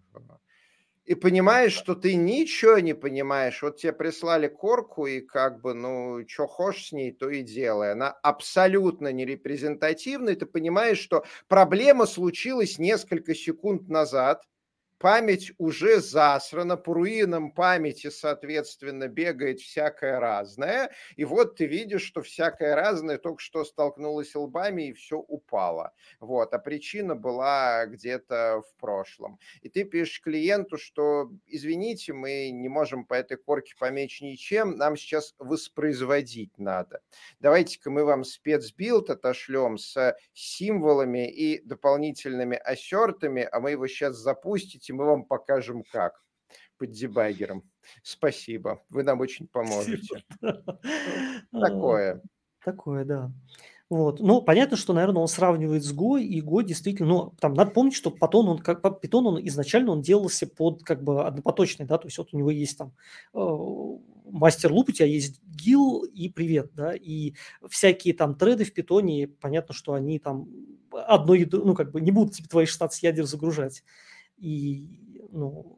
и понимаешь, что ты ничего не понимаешь. Вот тебе прислали корку, и как бы, ну, что хочешь с ней, то и делай. Она абсолютно нерепрезентативна, и ты понимаешь, что проблема случилась несколько секунд назад, память уже засрана, по руинам памяти, соответственно, бегает всякое разное, и вот ты видишь, что всякое разное только что столкнулось лбами, и все упало. Вот, а причина была где-то в прошлом. И ты пишешь клиенту, что, извините, мы не можем по этой корке помечь ничем, нам сейчас воспроизводить надо. Давайте-ка мы вам спецбилд отошлем с символами и дополнительными ассертами, а мы его сейчас запустите, мы вам покажем как под дебаггером. Спасибо, вы нам очень поможете. Да. Ну, А, такое. Такое, да. Вот. Ну, понятно, что, наверное, он сравнивает с Go, и Go действительно, ну, там надо помнить, что Python, Python, он изначально он делался под как бы однопоточный, да, то есть вот у него есть там мастер луп, у тебя есть гил и привет, да, и всякие там треды в питоне, понятно, что они там одно ядро, ну, как бы не будут тебе твои 16 ядер загружать. И, ну,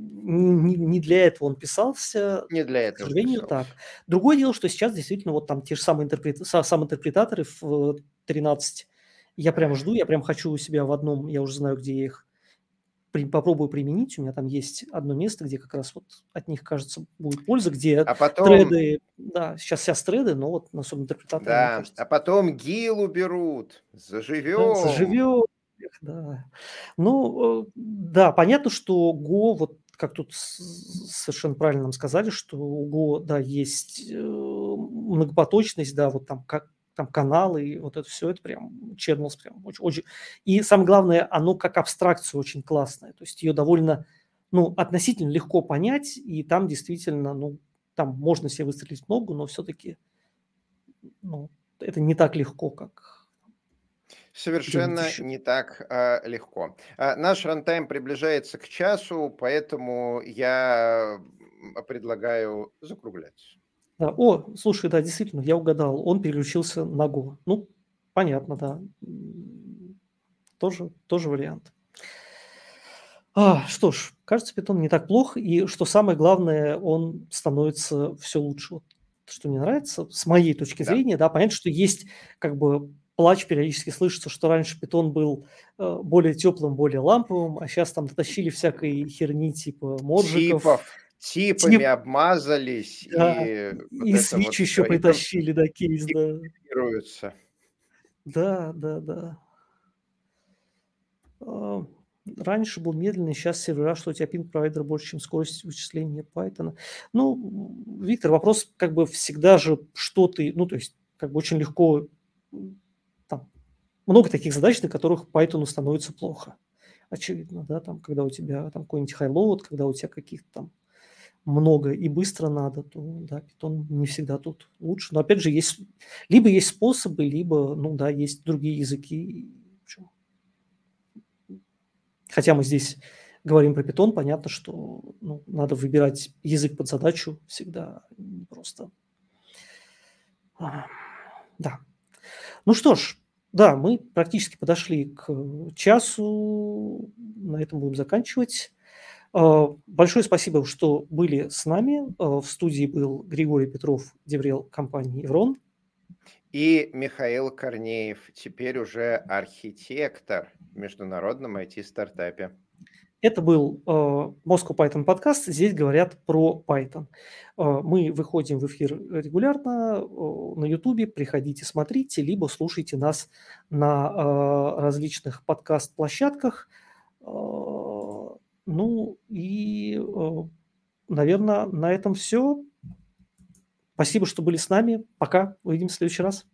не для этого он писался, Не для к этого сожалению, так. писался. Другое дело, что сейчас действительно вот там те же самые сам интерпретаторы в 13. Я прям жду, я прям хочу у себя в одном, я уже знаю, где я их попробую применить. У меня там есть одно место, где как раз вот от них, кажется, будет польза, где А потом, треды, да, сейчас треды, но вот особенно интерпретаторы, мне да, кажется, а потом ГИЛ уберут. да, Заживем. заживет, да. Ну, да, понятно, что Go, вот как тут совершенно правильно нам сказали, что у Go, да, есть многопоточность, да, вот там как там каналы, и вот это все, это прям channels прям очень, очень. И самое главное, оно как абстракция очень классная, то есть ее довольно, ну, относительно легко понять, и там действительно, ну, там можно себе выстрелить в ногу, но все-таки, ну, это не так легко, как где-нибудь Совершенно еще. не так легко. Наш рантайм приближается к часу, поэтому я предлагаю закругляться. Да. О, слушай, да, действительно, я угадал, он переключился на Go. Ну, понятно, да. Тоже вариант. Что ж, кажется, питон не так плох, и что самое главное, он становится все лучше. Вот что мне нравится, с моей точки Да. зрения, да, понятно, что есть как бы плач, периодически слышится, что раньше питон был более теплым, более ламповым, а сейчас там дотащили всякой херни типа моджиков, Типами тип, обмазались, да, и вот и это вот свич еще все. притащили, да, кейс, И да. компилируются. Да, да-да. А, Раньше был медленный, сейчас сервера, что у тебя пинг-провайдер больше, чем скорость вычисления Python. Ну, Виктор, вопрос как бы всегда же, что ты, ну, то есть как бы очень легко, там много таких задач, на которых Python становится плохо. Очевидно, да, там, когда у тебя там какой-нибудь хайлоуд, когда у тебя каких-то там много и быстро надо, то да, Python не всегда тут лучше. Но опять же, либо есть способы, либо, ну да, есть другие языки. В общем, хотя мы здесь говорим про Python, понятно, что ну, надо выбирать язык под задачу всегда, не просто. А, Да. Ну что ж, да, мы практически подошли к часу. На этом будем заканчивать. Большое спасибо, что были с нами. В студии был Григорий Петров, деврел компании «Еврон». И Михаил Корнеев, теперь уже архитектор в международном IT-стартапе. Это был Moscow Python подкаст. Здесь говорят про Python. Мы выходим в эфир регулярно на YouTube. Приходите, смотрите, либо слушайте нас на различных подкаст-площадках. Ну и, наверное, на этом все. Спасибо, что были с нами. Пока. Увидимся в следующий раз.